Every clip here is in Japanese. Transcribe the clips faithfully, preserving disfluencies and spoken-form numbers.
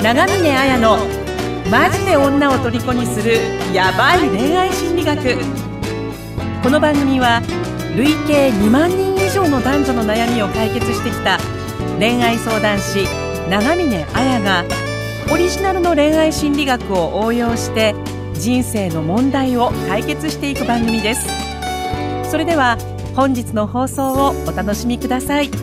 長峰彩のマジで女を虜にするヤバい恋愛心理学。この番組は累計にまんにん以上の男女の悩みを解決してきた恋愛相談師長峰彩がオリジナルの恋愛心理学を応用して人生の問題を解決していく番組です。それでは本日の放送をお楽しみください。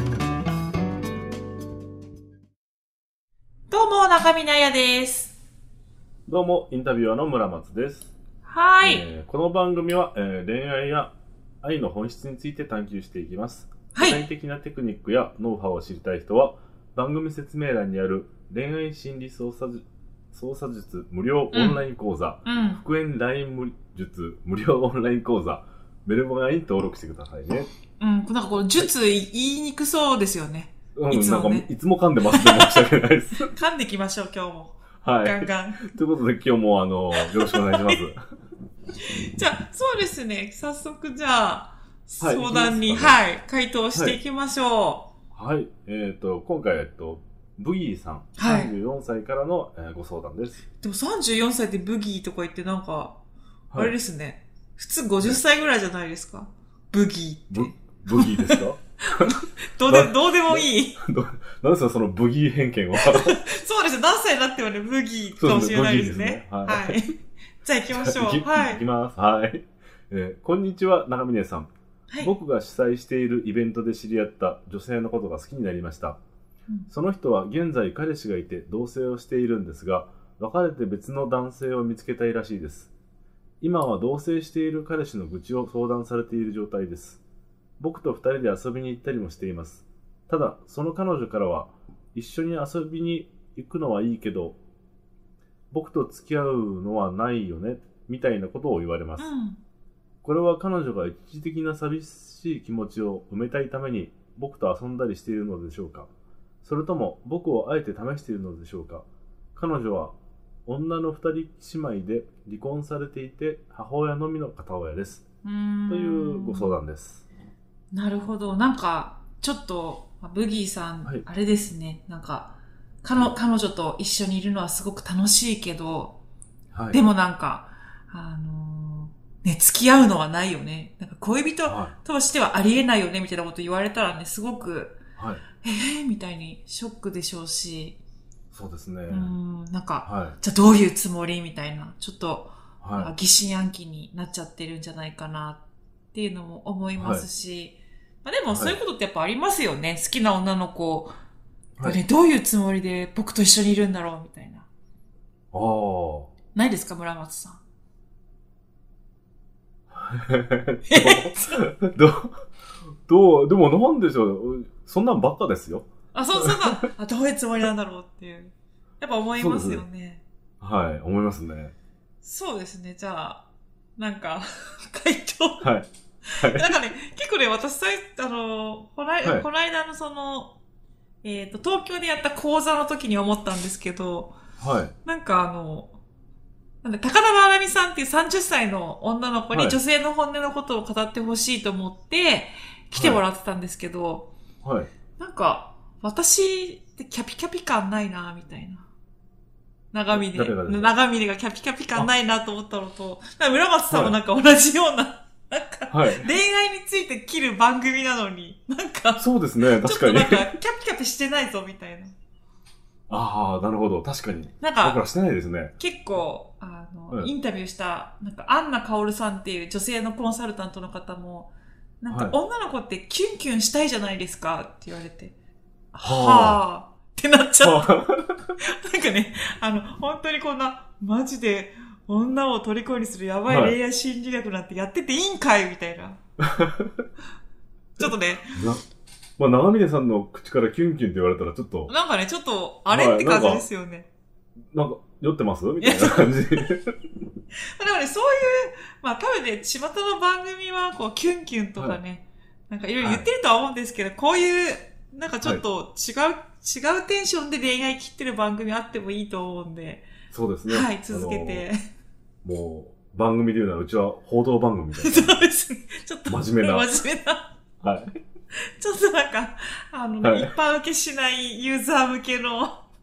どうも中峰彩です。 どうもインタビュアーの村松です。 はい、 えー、この番組は、えー、恋愛や愛の本質について探求していきます。 はい、 具体的なテクニックやノウハウを知りたい人は番組説明欄にある恋愛心理操作操作術無料オンライン講座、 うんうん、 復縁 ライン 術無料オンライン講座メルマガに登録してくださいね。 うん、なんかこの術言いにくそうですよね。 うん、 いつもね、 なんかいつも噛んでますね。申し訳ないです。 噛んでいきましょう今日も。 はい。 ガンガン。 ということで今日もあのよろしくお願いします。 じゃあそうですね。早速じゃあ、 はい、 相談に、 ね、 はい、回答していきましょう。はい。はい、えっ、ー、と今回えっとブギーさん、 はい、 さんじゅうよんさいからの、えー、ご相談です。 でもさんじゅうよんさいでブギーとか言ってなんか、はい、あれですね。普通ごじゅっさいぐらいじゃないですか。ブギーって。 ブ, ブギーですか？ どうで、どうでもいい。 何ですかそのブギー偏見は。 そうですね。何歳になってもね、ブギーかもしれないですね。 ですね。はい。 はい、じゃあ行きましょう。はい。 行きます。はい。えー、こんにちは、長峰さん、はい。僕が主催しているイベントで知り合った女性のことが好きになりました。うん、その人は現在彼氏がいて同棲をしているんですが、別れて別の男性を見つけたいらしいです。今は同棲している彼氏の愚痴を相談されている状態です。僕と二人で遊びに行ったりもしています。ただ、その彼女からは、一緒に遊びに行くのはいいけど、僕と付き合うのはないよね、みたいなことを言われます。うん、これは彼女が一時的な寂しい気持ちを埋めたいために僕と遊んだりしているのでしょうか。それとも僕をあえて試しているのでしょうか。彼女は女の二人姉妹で離婚されていて母親のみの片親です。うーんというご相談です。 なるほど。なんかちょっとブギーさん、はい、あれですね。なんか彼女、彼女と一緒にいるのはすごく楽しいけど、はい、でもなんかあのー、ね付き合うのはないよね。なんか恋人としてはありえないよねみたいなこと言われたらねすごく、はい、えーみたいにショックでしょうし。 そうですね。 うん、なんか、はい、じゃあどういうつもりみたいな、ちょっと、はい、疑心暗鬼になっちゃってるんじゃないかなっていうのも思いますし、はい、まあ、でもそういうことってやっぱありますよね。はい、好きな女の子がね、はい、どういうつもりで僕と一緒にいるんだろうみたいな。ああ。ないですか、村松さん。 どう、どう、でもなんでしょう。そんなんばっかですよ。 あ、そうそうそう。あ、どういうつもりなんだろうっていう。やっぱ思いますよね。 はい、思いますね。 そうですね。じゃあ、なんか、回答。 はい。はい、 なんかね、結構ね、私さ、あの、こない、はい、この間のその、えっと、東京でやった講座の時に思ったんですけど、はい。なんかあの、なんで、高田真奈美さんっていうさんじゅっさいの女の子に女性の本音のことを語ってほしいと思って来てもらってたんですけど、はい。はい、なんか、私ってキャピキャピ感ないなみたいな。長峰。長峰がキャピキャピ感ないなと思ったのと、村松さんもなんか同じような、はい、なんか、はい、恋愛について切る番組なのに、なんか、 そうですね、確かに。 ちょっとなんか、キャピキャピしてないぞみたいな。 ああ、なるほど、確かに。 なんか、 だからしてないですね。 結構、あの、はい、インタビューした、なんか、アンナカオルさんっていう女性のコンサルタントの方も、なんか、女の子ってキュンキュンしたいじゃないですかって言われて。はぁーってなっちゃった。なんかね、あの、本当にこんな、マジで女を虜にするやばい恋愛心理学なんてやってていいんかいみたいな。ちょっとね。 まあ、長峰さんの口からキュンキュンって言われたらちょっと。 なんかね、ちょっと、あれって感じですよね。 なんか、酔ってますみたいな感じ。 でもね、そういう、まあ多分ね、巷の番組は、こう、キュンキュンとかね、はい、なんかいろいろ言ってるとは思うんですけど、はい、こういう、なんかちょっと違う、はい、違うテンションで恋愛切ってる番組あってもいいと思うんで。 そうですね。 はい、続けて。 もう、番組で言うならうちは報道番組みたいな。 そうですね。ちょっと、 真面目な。 真面目な。 はい。 ちょっとなんか、あの、ね、はい、一般受けしないユーザー向けの、 はい。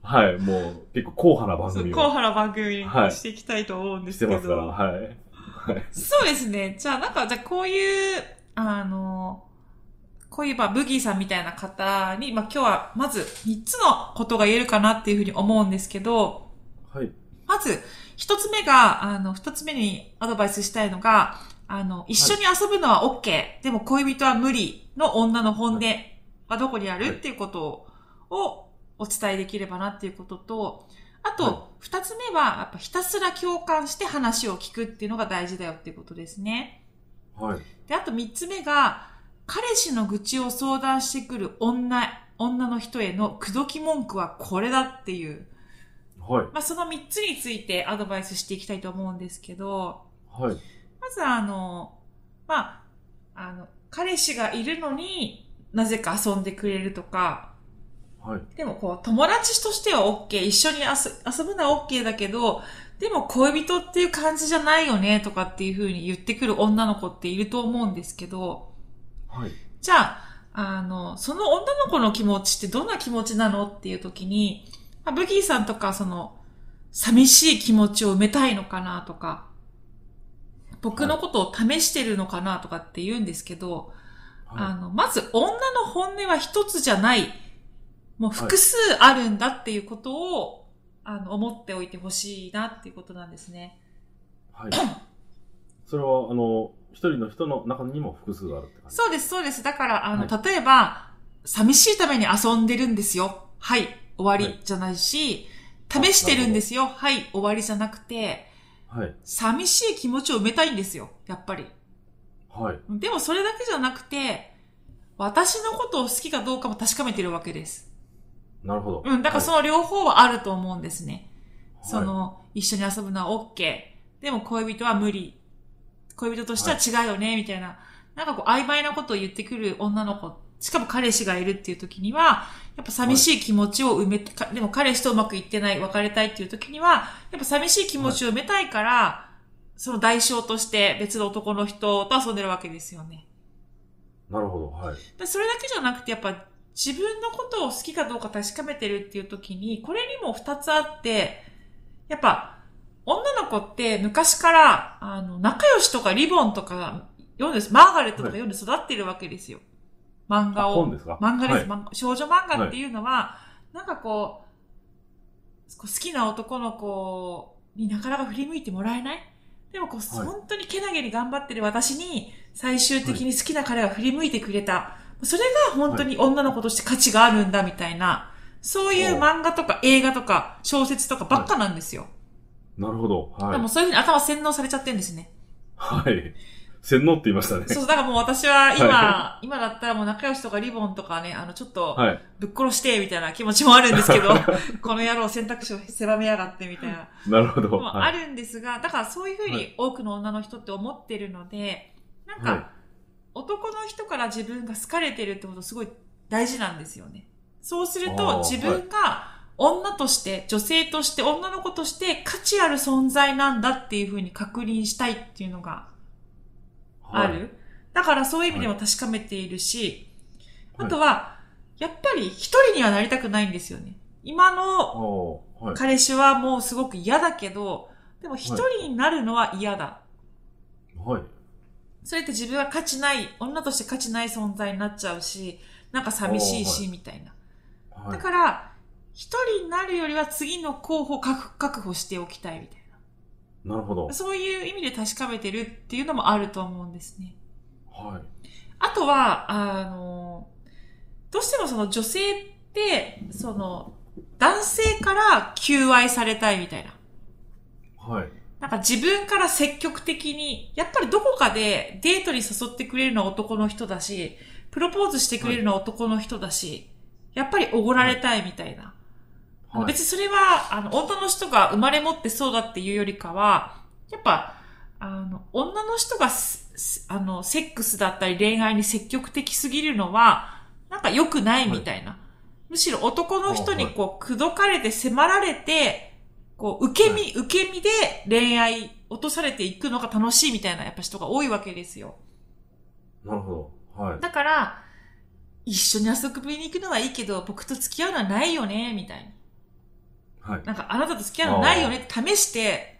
はい、もう結構硬派な番組を。 硬派な番組にしていきたいと思うんですけど。 はい、してますから、はい。 はい、そうですね。じゃあなんか、じゃあこういう、あの、こういう、まあ、ブギーさんみたいな方に、まあ、今日はまずみっつのことが言えるかなっていうふうに思うんですけど、 はい。 まず、一つ目が、あの、二つ目にアドバイスしたいのが、あの、一緒に遊ぶのは OK、はい、でも恋人は無理の女の本音はどこにある、はい、っていうことをお伝えできればなっていうことと、あと、二、はい、つ目は、やっぱひたすら共感して話を聞くっていうのが大事だよっていうことですね。 はい。 で、あと三つ目が、彼氏の愚痴を相談してくる女、女の人への口説き文句はこれだっていう。 はい。 まあ、その三つについてアドバイスしていきたいと思うんですけど。 はい。 まずあの、まあ、あの、彼氏がいるのになぜか遊んでくれるとか。 はい。 でもこう、友達としては OK。一緒に遊、遊ぶのは OK だけど、でも恋人っていう感じじゃないよねとかっていう風に言ってくる女の子っていると思うんですけど。 はい。 じゃあ、あの、その女の子の気持ちってどんな気持ちなのっていう時に、ブギーさんとかその、寂しい気持ちを埋めたいのかなとか、僕のことを試してるのかなとかって言うんですけど、はい、あの、まず女の本音は一つじゃない、もう複数あるんだっていうことを、はい、あの、思っておいてほしいなっていうことなんですね。 はい。それは、あの、一人の人の中にも複数あるって感じ？ そうです、そうです。だから、あの、 はい、 例えば、寂しいために遊んでるんですよ。はい、終わりじゃないし、はい、試してるんですよ。はい、終わりじゃなくて、 はい、 寂しい気持ちを埋めたいんですよ。やっぱり。 はい。 でもそれだけじゃなくて、私のことを好きかどうかも確かめてるわけです。 なるほど。 うん、だからその両方はあると思うんですね。はい、その、一緒に遊ぶのは OK。でも恋人は無理。恋人としては違うよね、みたいな。なんかこう曖昧なことを言ってくる女の子、しかも彼氏がいるっていう時には、やっぱ寂しい気持ちを埋めて、はい、でも彼氏とうまくいってない、別れたいっていう時には、やっぱ寂しい気持ちを埋めたいから、はい、その代償として別の男の人と遊んでるわけですよね。 なるほど、はい。 それだけじゃなくて、やっぱ自分のことを好きかどうか確かめてるっていう時に、これにも二つあって、やっぱ、女の子って昔から、あの、仲良しとかリボンとか読んで、マーガレットとか読んで育ってるわけですよ。はい、漫画を。 本ですか？ 漫画です、 はい、 少女漫画っていうのは、はい、なんかこう、好きな男の子になかなか振り向いてもらえない？でもこう、はい、本当にけなげに頑張ってる私に、最終的に好きな彼が振り向いてくれた。はい、それが本当に女の子として価値があるんだみたいな、そういう漫画とか映画とか小説とかばっかなんですよ。はい、 なるほど。はい。 でもそういうふうに頭洗脳されちゃってるんですね。 はい。洗脳って言いましたね。 そう、だからもう私は今、はい、今だったらもう仲良しとかリボンとかね、あのちょっと、ぶっ殺してみたいな気持ちもあるんですけど、はい、この野郎選択肢を狭めやがってみたいな。 なるほど。 もあるんですが、だからそういうふうに多くの女の人って思ってるので、なんか、はい、男の人から自分が好かれてるってことすごい大事なんですよね。そうすると自分が女として、女性として、女の子として価値ある存在なんだっていうふうに確認したいっていうのがある。はい、だからそういう意味でも確かめているし、はい、あとは、やっぱり一人にはなりたくないんですよね。今の彼氏はもうすごく嫌だけど、でも一人になるのは嫌だ。 はい。 それって自分は価値ない、女として価値ない存在になっちゃうし、なんか寂しいし、みたいな。はい、だから、一人になるよりは次の候補を確保しておきたいみたいな。なるほど。 そういう意味で確かめてるっていうのもあると思うんですね。 はい。 あとは、あの、どうしてもその女性って、その、男性から求愛されたいみたいな。 はい。 なんか自分から積極的に、やっぱりどこかでデートに誘ってくれるのは男の人だし、プロポーズしてくれるのは男の人だし、やっぱりおごられたいみたいな。はい、別にそれは、あの、女の人が生まれ持ってそうだっていうよりかは、やっぱ、あの、女の人が、あの、セックスだったり恋愛に積極的すぎるのは、なんか良くないみたいな。はい、むしろ男の人にこう、口説かれて迫られて、こう、受け身、はい、受け身で恋愛落とされていくのが楽しいみたいな、やっぱ人が多いわけですよ。 なるほど。はい。 だから、一緒に遊びに行くのはいいけど、僕と付き合うのはないよね、みたいな。 はい、 なんかあなたと付き合うのないよねって試して、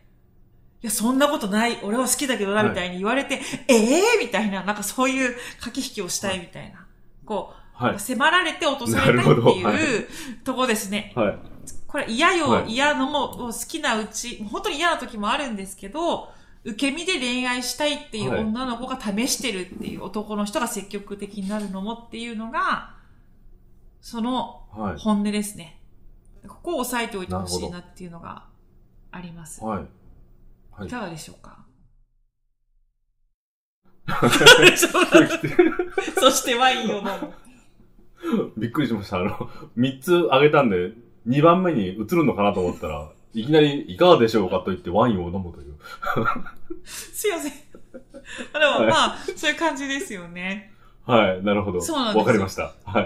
いや、そんなことない。俺は好きだけどな、みたいに言われて、はい、ええー、みたいな、なんかそういう駆け引きをしたいみたいな。こう、はい、迫られて落とされたいっていう、はい、とこですね。はい、これ嫌よ、はい、嫌のも好きなうち、本当に嫌な時もあるんですけど、受け身で恋愛したいっていう女の子が試してるっていう男の人が積極的になるのもっていうのが、その本音ですね。はい、ここを押さえておいてほしいなっていうのがあります。はいはい、いかがでしょうか。そしてワインを飲む。 びっくりしました。あの、みっつあげたんで、にばんめに移るのかなと思ったら、いきなりいかがでしょうかと言ってワインを飲むという。 すいません。でもまあ、そういう感じですよね。 はい、なるほど。そうなんです。わかりました。はい。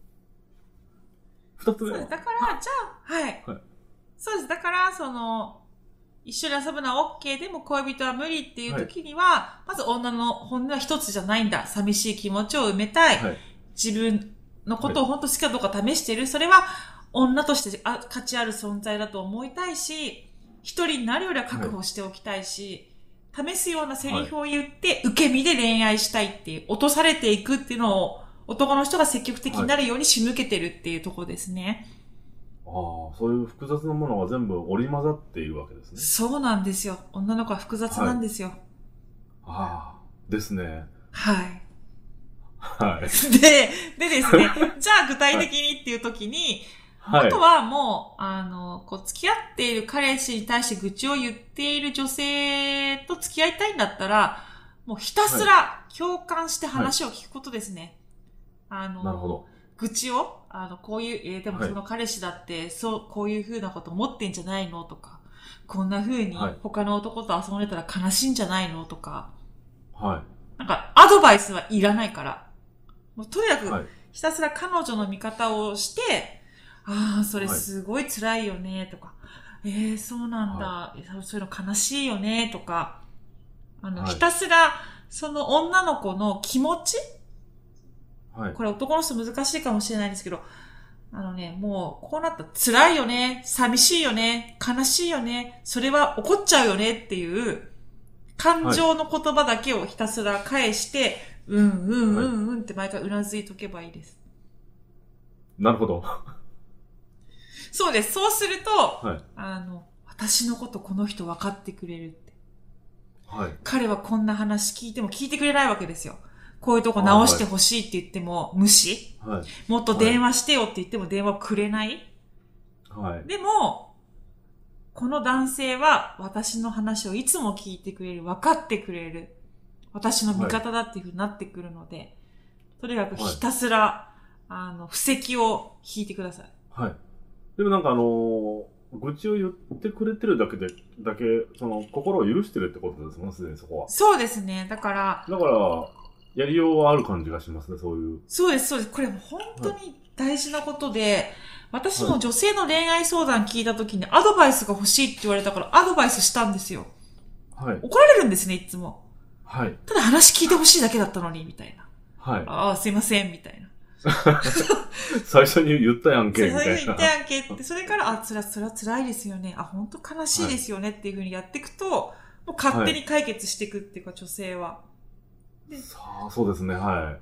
二つ目。 だから、じゃあ、はい。はい、そうです。だから、その、一緒に遊ぶのは OK でも恋人は無理っていう時には、はい、まず女の本音は一つじゃないんだ。寂しい気持ちを埋めたい。はい、自分のことを本当好きかどうか試してる。それは女として価値ある存在だと思いたいし、一人になるよりは確保しておきたいし、はい、試すようなセリフを言って、受け身で恋愛したいっていう、落とされていくっていうのを男の人が積極的になるように仕向けてるっていうところですね。 ああ、そういう複雑なものが全部織り交ざっているわけですね。 そうなんですよ。女の子は複雑なんですよ。はい、 ああ、ですね。 はい。 はい。 で、でですね、じゃあ具体的にっていう時に、はい、あとはもう、あの、こう、付き合っている彼氏に対して愚痴を言っている女性と付き合いたいんだったら、もうひたすら共感して話を聞くことですね。はい、あの、なるほど。愚痴を、あの、こういう、えー、でもその彼氏だって、はい、そう、こういう風なこと思ってんじゃないのとか、こんな風に他の男と遊んでたら悲しいんじゃないのとか、はい。なんか、アドバイスはいらないから、もうとにかく、ひたすら彼女の味方をして、ああ、それすごい辛いよね、とか、はい、えー、そうなんだ、はい、そういうの悲しいよね、とか、あの、はい、ひたすら、その女の子の気持ち、はい、これ男の人難しいかもしれないんですけど、あのね、もう、こうなったら辛いよね、寂しいよね、悲しいよね、それは怒っちゃうよねっていう、感情の言葉だけをひたすら返して、はい、うんうんうんうんって毎回うなずいとけばいいです。 なるほど。 そうです。そうすると、はい、あの、私のことこの人分かってくれるって。はい。彼はこんな話聞いても聞いてくれないわけですよ。こういうとこ直してほしいって言っても無視。はい。もっと電話してよって言っても電話くれない。はい。でも、この男性は私の話をいつも聞いてくれる、分かってくれる。私の味方だっていう風になってくるので、はい、とにかくひたすら、はい、あの、布石を引いてください。 はい。でもなんかあのー、愚痴を言ってくれてるだけで、だけ、その、心を許してるってことですもん、すでにそこは。 そうですね。だから。 だから、やりようはある感じがしますね、そういう。 そうです、そうです。これ本当に大事なことで、はい、私も女性の恋愛相談聞いた時にアドバイスが欲しいって言われたからアドバイスしたんですよ。はい。怒られるんですね、いつも。はい。ただ話聞いてほしいだけだったのに、みたいな。はい。ああ、すいません、みたいな。 最初に言ったやんけ、みたいな。 最初に言ったやんけって、それから、あ、つら、それは辛いですよね。あ、本当悲しいですよねっていう風にやっていくと、もう勝手に解決していくっていうか、はい、女性は。 さあ、そうですね、はい。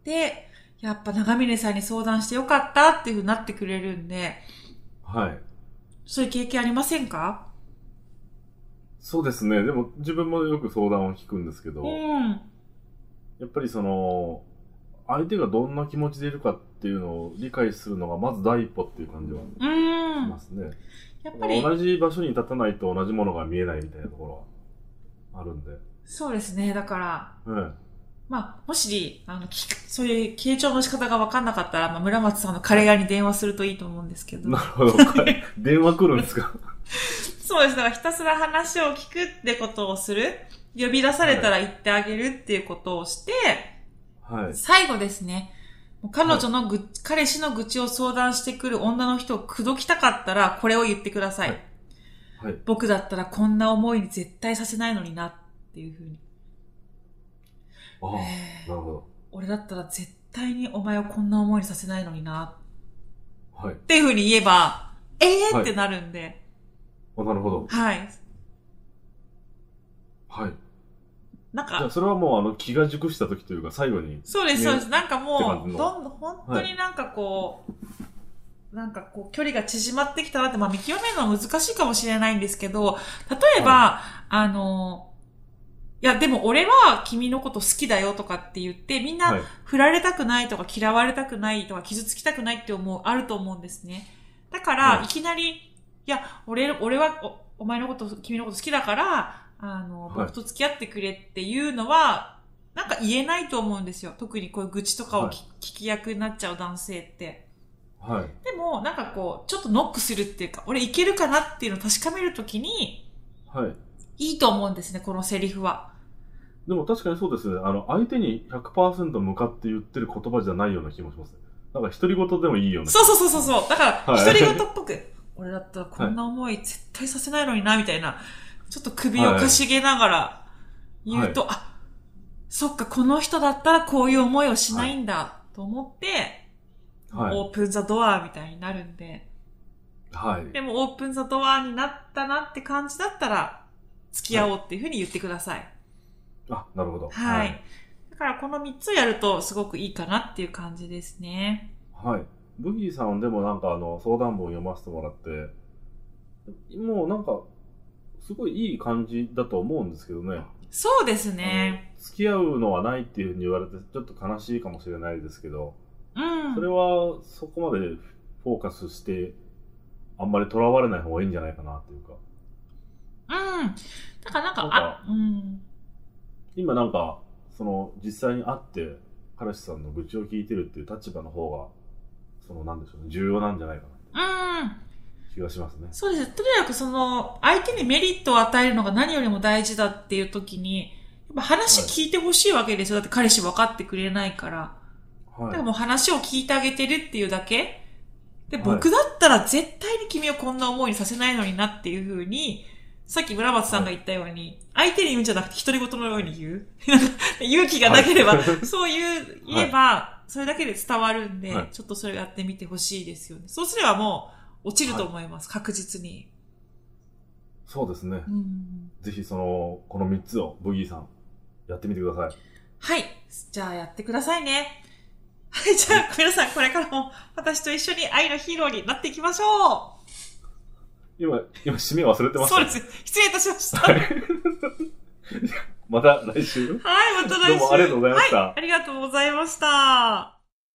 で、やっぱ長峰さんに相談してよかったっていう風になってくれるんで、はい。そういう経験ありませんか？ そうですね。でも自分もよく相談を聞くんですけど、うん、やっぱりその、相手がどんな気持ちでいるかっていうのを理解するのがまず第一歩っていう感じはしますね。やっぱり同じ場所に立たないと同じものが見えないみたいなところはあるんで。 そうですね。だから、うん、まあ、もし、あの、そういう傾聴の仕方が分かんなかったら、まあ、村松さんの彼らに電話するといいと思うんですけど。 なるほど。電話来るんですか？ そうです。だからひたすら話を聞くってことをする。呼び出されたら言ってあげるっていうことをして、はい、最後ですね。彼女のぐ、はい、彼氏の愚痴を相談してくる女の人を口説きたかったら、これを言ってください。はいはい、僕だったらこんな思いに絶対させないのになっていうふうに。 ああ、えー、なるほど。 俺だったら絶対にお前をこんな思いにさせないのにな。はい。っていうふうに言えば、 えーってなるんで。 はい、なるほど。 はい。 はい。 なんか。 じゃあそれはもうあの気が熟した時というか最後に。 そうです、そうです。なんかもう、どんどん、本当になんかこう、はい、なんかこう、距離が縮まってきたなって、まあ見極めるのは難しいかもしれないんですけど、例えば、はい、あの、いや、でも俺は君のこと好きだよとかって言って、みんな振られたくないとか嫌われたくないとか傷つきたくないって思う、あると思うんですね。だから、はい、いきなり、いや、俺、俺はお、お前のこと、君のこと好きだから、あの、僕と付き合ってくれっていうのは、なんか言えないと思うんですよ。特にこういう愚痴とかを、はい、聞き役になっちゃう男性って。 はい。 でも、なんかこう、ちょっとノックするっていうか、俺いけるかなっていうのを確かめるときに、 はい。 いいと思うんですね、このセリフは。 でも確かにそうですね。あの、相手に ひゃくパーセント 向かって言ってる言葉じゃないような気もしますね。なんか独り言でもいいような。 そうそうそうそう。だから、独り言っぽく、はい、俺だったらこんな思い絶対させないのにな、みたいな。ちょっと首をかしげながら言うと、はい、あ、そっか、この人だったらこういう思いをしないんだと思って、はい、オープンザドアみたいになるんで。 はい。 でもオープンザドアになったなって感じだったら、付き合おうっていうふうに言ってください。 はい、あ、なるほど。 はい。はい、だからこのみっつをやるとすごくいいかなっていう感じですね。 はい。ブギーさんでもなんかあの、相談文を読ませてもらって、もうなんか、すごいいい感じだと思うんですけどね。 そうですね。 付き合うのはないっていうふうに言われてちょっと悲しいかもしれないですけど、 うん。 それはそこまでフォーカスしてあんまり囚われない方がいいんじゃないかなっていうか。 うん。だからなんか、なんかあ、うん。 今なんか、その実際に会って彼氏さんの愚痴を聞いてるっていう立場の方が、そのなんでしょうね、重要なんじゃないかな。 うん。 気がしますね。 そうです。とにかくその、相手にメリットを与えるのが何よりも大事だっていう時に、やっぱ話聞いてほしいわけですよ。はい、だって彼氏分かってくれないから。はい。だからもう話を聞いてあげてるっていうだけ。で、僕だったら絶対に君をこんな思いにさせないのになっていう風に、さっき村松さんが言ったように、はい、相手に言うんじゃなくて独り言のように言う。勇気がなければ、はい、そういう、言えば、はい、それだけで伝わるんで、はい、ちょっとそれやってみてほしいですよね。そうすればもう、落ちると思います、はい、確実に。 そうですね。 うん、 ぜひその、このみっつをブギーさん、やってみてください。 はい。じゃあやってくださいね。はい、じゃあ皆さんこれからも私と一緒に愛のヒーローになっていきましょう。 今、今締め忘れてました、 ね。そうです。失礼いたしました。はい、 また来週。 はい、また来週。 どうもありがとうございました。 はい、ありがとうございました。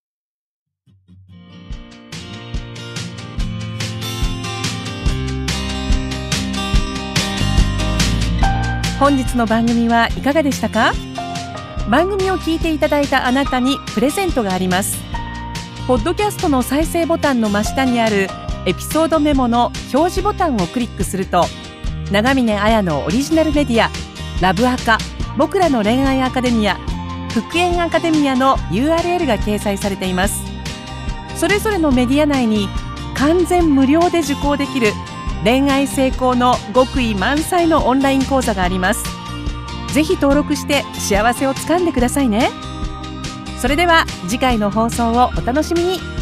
本日の番組はいかがでしたか？番組を聞いていただいたあなたにプレゼントがあります。ポッドキャストの再生ボタンの真下にあるエピソードメモの表示ボタンをクリックすると、長峰綾のオリジナルメディアラブアカ、僕らの恋愛アカデミア、復縁アカデミアの ユーアールエル が掲載されています。それぞれのメディア内に完全無料で受講できる恋愛成功の極意満載のオンライン講座があります。ぜひ登録して幸せをつかんでくださいね。それでは次回の放送をお楽しみに。